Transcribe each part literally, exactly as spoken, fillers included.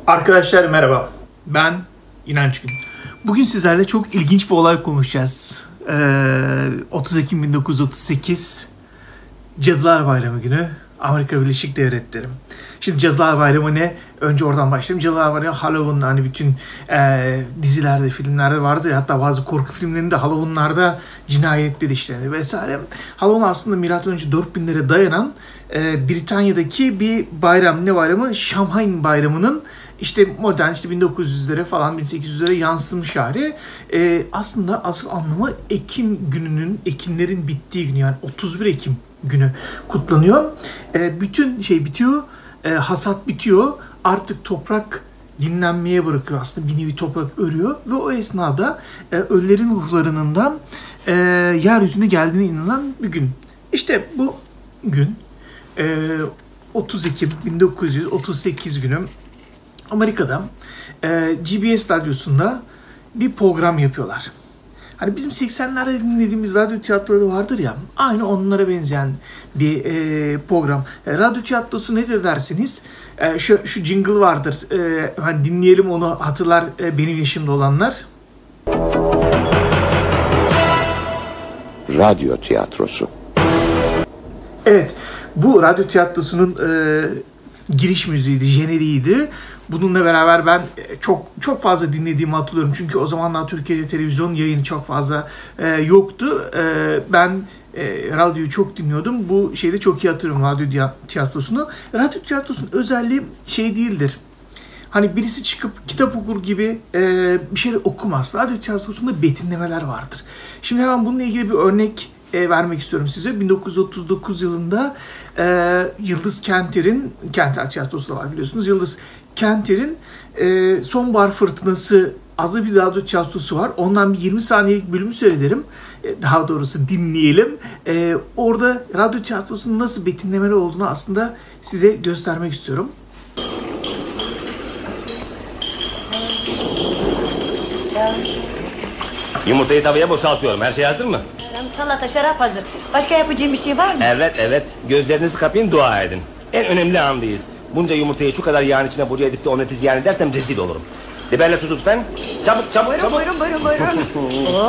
Arkadaşlar merhaba, ben İnanç Gün. Bugün sizlerle çok ilginç bir olay konuşacağız. Ee, otuz Ekim bin dokuz yüz otuz sekiz, Cadılar Bayramı günü, Amerika Birleşik Devletleri. Şimdi Cadılar Bayramı ne? Önce oradan başlayayım. Cadılar Bayramı, Halloween, hani bütün e, dizilerde, filmlerde vardır ya, hatta bazı korku filmlerinde Halloween'larda cinayetler işlenir vesaire. Halloween aslında milattan önce dört binlere dayanan e, Britanya'daki bir bayram. Ne bayramı? Samhain Bayramı'nın işte modern işte bin dokuz yüzlere falan bin sekiz yüzlere yansımış hali. E, aslında asıl anlamı Ekim gününün, Ekinlerin bittiği gün, yani otuz bir Ekim günü kutlanıyor. E, bütün şey bitiyor, e, hasat bitiyor. Artık toprak dinlenmeye bırakıyor, aslında bir nevi toprak örüyor ve o esnada e, ölülerin ruhlarının da e, yeryüzüne geldiğine inanılan bir gün. İşte bu gün e, otuz Ekim bin dokuz yüz otuz sekiz günü Amerika'da e, G B S radyosunda bir program yapıyorlar. Hani bizim seksenlerde dinlediğimiz radyo tiyatroları vardır ya, aynı onlara benzeyen bir e, program. E, radyo tiyatrosu nedir derseniz, e, şu, şu jingle vardır. E, hani dinleyelim onu, hatırlar e, benim yaşımda olanlar. Radyo tiyatrosu. Evet, bu radyo tiyatrosunun e, giriş müziğiydi, jeneriğiydi. Bununla beraber ben çok çok fazla dinlediğimi hatırlıyorum. Çünkü o zamanlar Türkiye'de televizyon yayını çok fazla e, yoktu. E, ben e, radyoyu çok dinliyordum. Bu şeyde çok iyi hatırlıyorum, radyo tiyatrosunu. Radyo tiyatrosunun özelliği şey değildir. Hani birisi çıkıp kitap okur gibi e, bir şey okumaz. Radyo tiyatrosunda betimlemeler vardır. Şimdi hemen bununla ilgili bir örnek E, vermek istiyorum size. bin dokuz yüz otuz dokuz yılında e, Yıldız Kenter'in, Kenter Tiyatrosu da var biliyorsunuz, Yıldız Kenter'in e, Sonbahar Fırtınası adlı bir radyo tiyatrosu var. Ondan bir yirmi saniyelik bölümü söylerim. E, daha doğrusu dinleyelim. E, orada radyo tiyatrosunun nasıl betimlemeli olduğunu aslında size göstermek istiyorum. Yumurtayı tavaya boşaltıyorum. Her şey hazır mı? Salata, şarap hazır. Başka yapacağım bir şey var mı? Evet evet. Gözlerinizi kapayın, dua edin. En önemli andayız. Bunca yumurtayı şu kadar yağın içine boca edip de omleti ziyan edersem rezil olurum. Biberle tuz lütfen. Çabuk çabuk Buyurun çabuk. buyurun buyurun buyurun.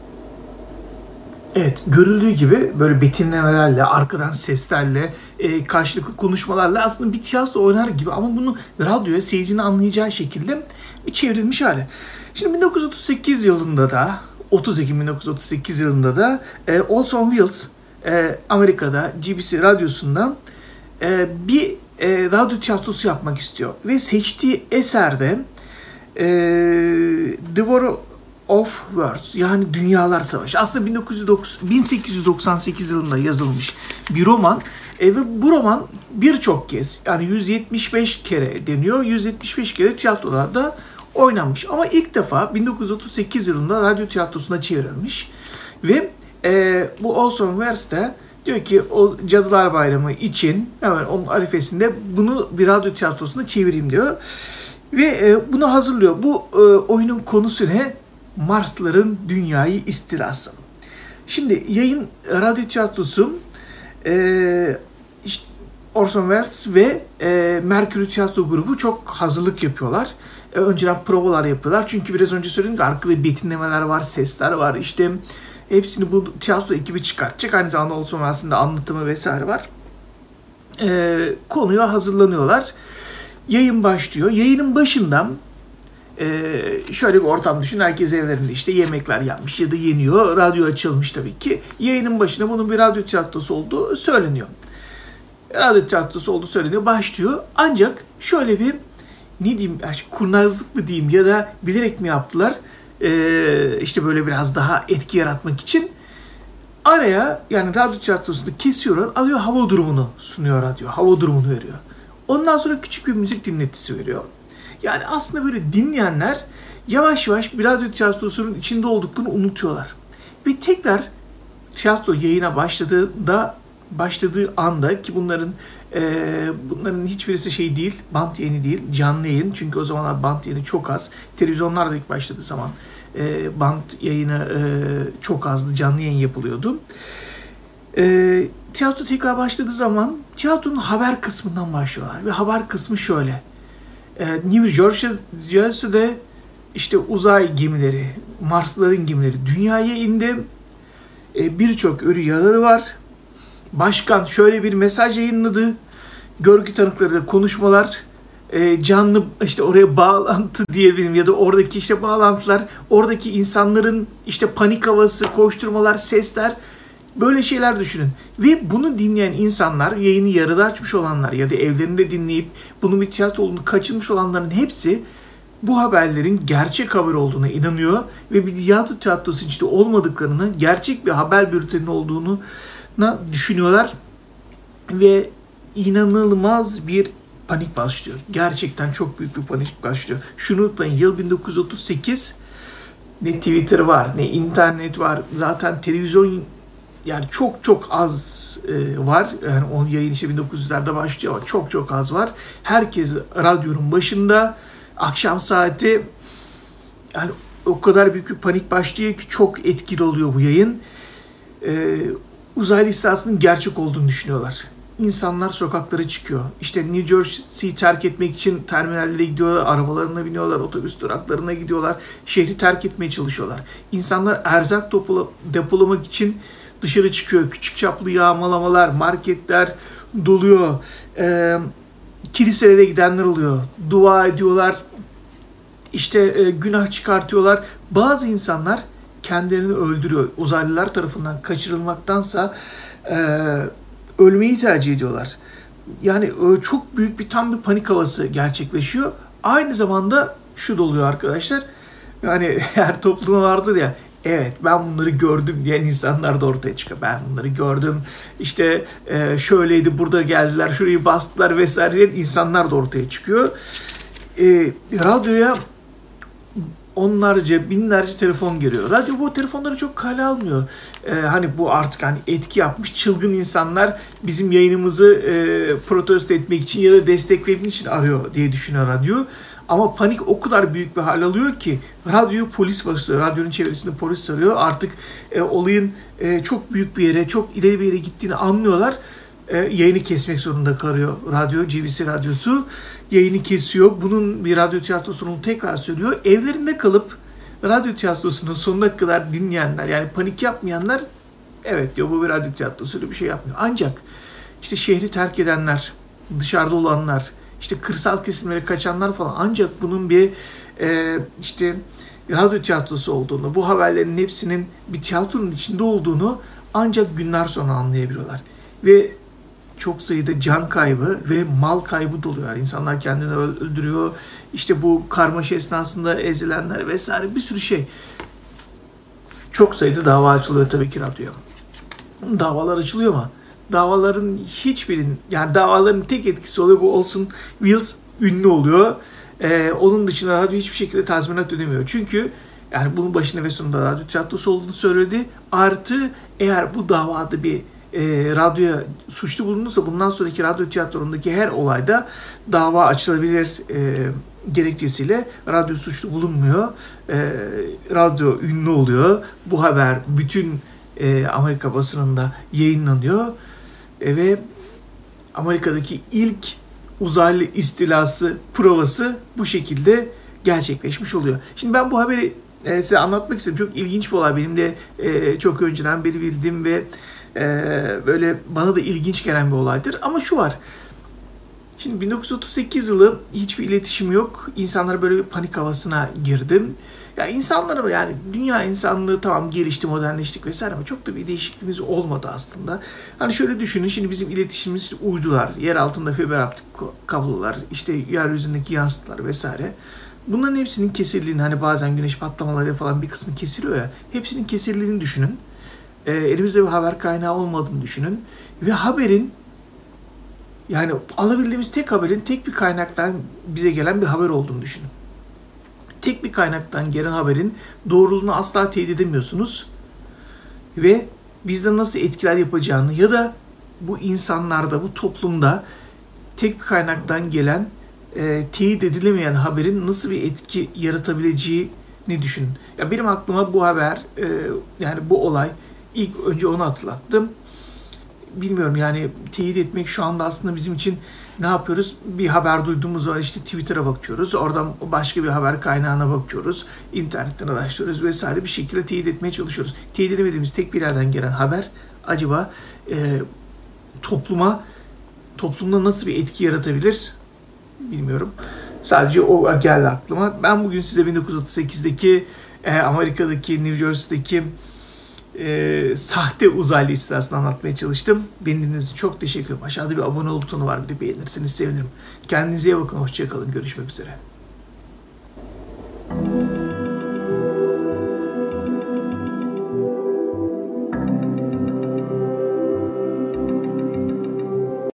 Evet, görüldüğü gibi böyle betimlemelerle, arkadan seslerle, e, karşılıklı konuşmalarla aslında bir tiyatro oynar gibi, ama bunu radyoya seyircinin anlayacağı şekilde bir çevrilmiş hali. Şimdi bin dokuz yüz otuz sekiz yılında da, otuz Ekim bin dokuz yüz otuz sekiz yılında da e, Olson Welles e, Amerika'da G B C radyosunda e, bir e, radyo tiyatrosu yapmak istiyor. Ve seçtiği eserde e, The War of Words, yani Dünyalar Savaşı. Aslında bin sekiz yüz doksan sekiz yılında yazılmış bir roman e, ve bu roman birçok kez, yani yüz yetmiş beş kere deniyor, yüz yetmiş beş kere tiyatrolarda oynanmış. Ama ilk defa bin dokuz yüz otuz sekiz yılında radyo tiyatrosuna çevrilmiş ve e, bu Olson Welles de diyor ki o Cadılar Bayramı için hemen onun arifesinde bunu bir radyo tiyatrosuna çevireyim diyor ve e, bunu hazırlıyor. Bu e, oyunun konusu ne? Marslıların dünyayı istilası. Şimdi yayın radyo tiyatrosu e, işte Orson Welles ve e, Mercury Tiyatro Grubu çok hazırlık yapıyorlar. E, önceden provalar yapıyorlar. Çünkü biraz önce söyledim ki arkada betimlemeler var, sesler var. İşte hepsini bu tiyatro ekibi çıkartacak. Aynı zamanda Orson Welles'in de anlatımı vesaire var. E, konuya hazırlanıyorlar. Yayın başlıyor. Yayının başından e, şöyle bir ortam düşün. Herkes evlerinde işte yemekler yapmış ya da yeniyor. Radyo açılmış tabii ki. Yayının başına bunun bir radyo tiyatrosu olduğu söyleniyor. Radyo tiyatrosu olduğu söyleniyor. Başlıyor. Ancak şöyle bir, ne diyeyim, kurnazlık mı diyeyim ya da bilerek mi yaptılar? Ee, işte böyle biraz daha etki yaratmak için araya, yani radyo tiyatrosunu kesiyor, alıyor, hava durumunu sunuyor radyo. Hava durumunu veriyor. Ondan sonra küçük bir müzik dinletisi veriyor. Yani aslında böyle dinleyenler yavaş yavaş bir radyo tiyatrosunun içinde olduklarını unutuyorlar. Ve tekrar tiyatro yayına başladığında başladığı anda, ki bunların e, bunların hiçbirisi şey değil, bant yayını değil, canlı yayın. Çünkü o zamanlar bant yayını çok az. Televizyonlar da ilk başladığı zaman e, bant yayını e, çok azdı, canlı yayın yapılıyordu. E, tiyatro tekrar başladığı zaman tiyatronun haber kısmından başlıyorlar. Ve haber kısmı şöyle. E, New Jersey'de işte uzay gemileri, Marslıların gemileri dünyaya indi. E, birçok ölü yaralı var. Başkan şöyle bir mesaj yayınladı. Görgü tanıkları da konuşmalar, e, canlı işte oraya bağlantı diyebilirim ya da oradaki işte bağlantılar, oradaki insanların işte panik havası, koşturmalar, sesler, böyle şeyler düşünün. Ve bunu dinleyen insanlar, yayını yarıda açmış olanlar ya da evlerinde dinleyip bunun bir tiyatro olduğunu kaçırmış olanların hepsi bu haberlerin gerçek haber olduğuna inanıyor ve bir tiyatro tiyatrosu içinde olmadıklarını, gerçek bir haber bülteni olduğunu düşünüyorlar ve inanılmaz bir panik başlıyor. Gerçekten çok büyük bir panik başlıyor. Şunu unutmayın, yıl bin dokuz yüz otuz sekiz, ne Twitter var, ne internet var. Zaten televizyon yani çok çok az e, var. Yani o yayın işte bin dokuz yüzlerde başlıyor ama çok çok az var. Herkes radyonun başında. Akşam saati yani o kadar büyük bir panik başlıyor ki çok etkili oluyor bu yayın. Ee, uzaylı istilasının gerçek olduğunu düşünüyorlar. İnsanlar sokaklara çıkıyor. İşte New Jersey'yi terk etmek için terminallere gidiyorlar, arabalarına biniyorlar, otobüs duraklarına gidiyorlar, şehri terk etmeye çalışıyorlar. İnsanlar erzak topla, depolamak için dışarı çıkıyor. Küçük çaplı yağmalamalar, marketler doluyor. Ee, kiliselere gidenler oluyor. Dua ediyorlar. İşte e, günah çıkartıyorlar. Bazı insanlar kendilerini öldürüyor. Uzaylılar tarafından kaçırılmaktansa e, ölmeyi tercih ediyorlar. Yani e, çok büyük bir tam bir panik havası gerçekleşiyor. Aynı zamanda şu da oluyor arkadaşlar. Yani her toplumda vardır ya, evet ben bunları gördüm diyen insanlar da ortaya çıkıyor. Ben bunları gördüm. İşte e, şöyleydi, burada geldiler, şurayı bastılar vesaire diyen insanlar da ortaya çıkıyor. E, radyoya onlarca, binlerce telefon geliyor. Radyo bu telefonları çok kale almıyor. Ee, hani bu artık hani etki yapmış çılgın insanlar bizim yayınımızı e, protesto etmek için ya da desteklemek için arıyor diye düşünüyor radyo. Ama panik o kadar büyük bir hal alıyor ki radyoyu polis basıyor. Radyonun çevresinde polis sarıyor. Artık e, olayın e, çok büyük bir yere, çok ileri bir yere gittiğini anlıyorlar. E, yayını kesmek zorunda kalıyor radyo, G B C radyosu. Yayını kesiyor. Bunun bir radyo tiyatrosunu tekrar söylüyor. Evlerinde kalıp radyo tiyatrosunun sonuna kadar dinleyenler, yani panik yapmayanlar, evet diyor bu bir radyo tiyatrosuyla bir şey yapmıyor. Ancak işte şehri terk edenler, dışarıda olanlar, işte kırsal kesimlere kaçanlar falan ancak bunun bir e, işte radyo tiyatrosu olduğunu, bu haberlerin hepsinin bir tiyatronun içinde olduğunu ancak günler sonra anlayabiliyorlar. Ve çok sayıda can kaybı ve mal kaybı da oluyor. Yani insanlar kendini öldürüyor. İşte bu karmaşa esnasında ezilenler vesaire bir sürü şey. Çok sayıda dava açılıyor tabii ki radyoya. Davalar açılıyor ama davaların hiçbirinin, yani davaların tek etkisi oluyor bu Olsun Wills ünlü oluyor. Ee, onun dışında radyo hiçbir şekilde tazminat ödemiyor. Çünkü yani bunun başında ve sonunda radyo tiyatrosu olduğunu söyledi. Artı eğer bu davada bir E, radyoya suçlu bulunursa bundan sonraki radyo tiyatronundaki her olayda dava açılabilir e, gerekçesiyle radyo suçlu bulunmuyor. E, radyo ünlü oluyor. Bu haber bütün e, Amerika basınında yayınlanıyor. E, ve Amerika'daki ilk uzaylı istilası provası bu şekilde gerçekleşmiş oluyor. Şimdi ben bu haberi e, size anlatmak istiyorum. Çok ilginç bir olay. Benim de e, çok önceden beri bildiğim ve Ee, böyle bana da ilginç gelen bir olaydır. Ama şu var. Şimdi bin dokuz yüz otuz sekiz yılı hiçbir iletişim yok. İnsanlar böyle bir panik havasına girdim. Ya insanlara, yani dünya insanlığı tamam gelişti, modernleştik vesaire ama çok da bir değişikliğimiz olmadı aslında. Hani şöyle düşünün, şimdi bizim iletişimimiz uydular, yer altında fiber optik kablolar, işte yeryüzündeki yansıtlar vesaire. Bunların hepsinin kesildiğini, hani bazen güneş patlamaları falan bir kısmı kesiliyor ya, hepsinin kesildiğini düşünün. E, elimizde bir haber kaynağı olmadığını düşünün. Ve haberin, yani alabildiğimiz tek haberin tek bir kaynaktan bize gelen bir haber olduğunu düşünün. Tek bir kaynaktan gelen haberin doğruluğunu asla teyit edemiyorsunuz. Ve bizde nasıl etkiler yapacağını ya da bu insanlarda, bu toplumda tek bir kaynaktan gelen, e, teyit edilemeyen haberin nasıl bir etki yaratabileceğini düşünün. Ya benim aklıma bu haber, e, yani bu olay, İlk önce onu hatırlattım. bilmiyorum yani teyit etmek şu anda aslında bizim için ne yapıyoruz? Bir haber duyduğumuz zaman işte Twitter'a bakıyoruz. Oradan başka bir haber kaynağına bakıyoruz. İnternetten araştırıyoruz vesaire bir şekilde teyit etmeye çalışıyoruz. Teyit edemediğimiz tek bir yerden gelen haber acaba e, topluma toplumda nasıl bir etki yaratabilir? Bilmiyorum. Sadece o geldi aklıma. Ben bugün size bin dokuz yüz otuz sekizdeki e, Amerika'daki New Jersey'deki e, sahte uzaylı istilasını anlatmaya çalıştım. Beni dinlediğiniz için çok teşekkür ederim. Aşağıda bir abone ol butonu var. Bir de beğenirseniz sevinirim. Kendinize iyi bakın. Hoşça kalın. Görüşmek üzere.